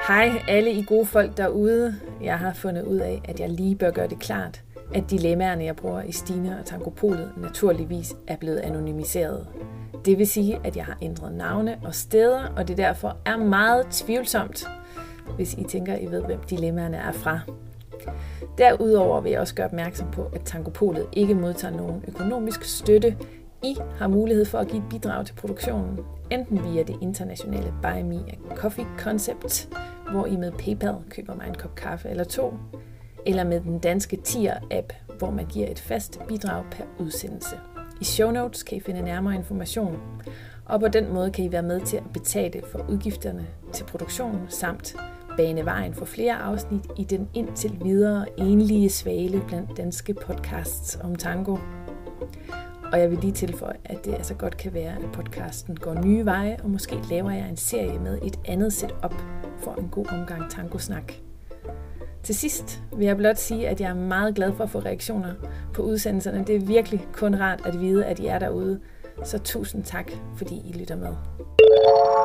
Hej alle I gode folk derude. Jeg har fundet ud af, at jeg lige bør gøre det klart, at dilemmaerne, jeg bruger i Stine og Tangopolet, naturligvis er blevet anonymiseret. Det vil sige, at jeg har ændret navne og steder, og det derfor er meget tvivlsomt, hvis I tænker, I ved, hvem dilemmaerne er fra. Derudover vil jeg også gøre opmærksom på, at Tangopolet ikke modtager nogen økonomisk støtte. I har mulighed for at give et bidrag til produktionen, enten via det internationale Buy Me a Coffee-koncept, hvor I med PayPal køber mig en kop kaffe eller to, eller med den danske Tier-app, hvor man giver et fast bidrag per udsendelse. I show notes kan I finde nærmere information, og på den måde kan I være med til at betale for udgifterne til produktionen, samt bane vejen for flere afsnit i den indtil videre enlige svale blandt danske podcasts om tango. Og jeg vil lige tilføje, at det altså godt kan være, at podcasten går nye veje, og måske laver jeg en serie med et andet setup for en god omgang tangosnak. Til sidst vil jeg blot sige, at jeg er meget glad for at få reaktioner på udsendelserne. Det er virkelig kun rart at vide, at I er derude. Så tusind tak, fordi I lytter med.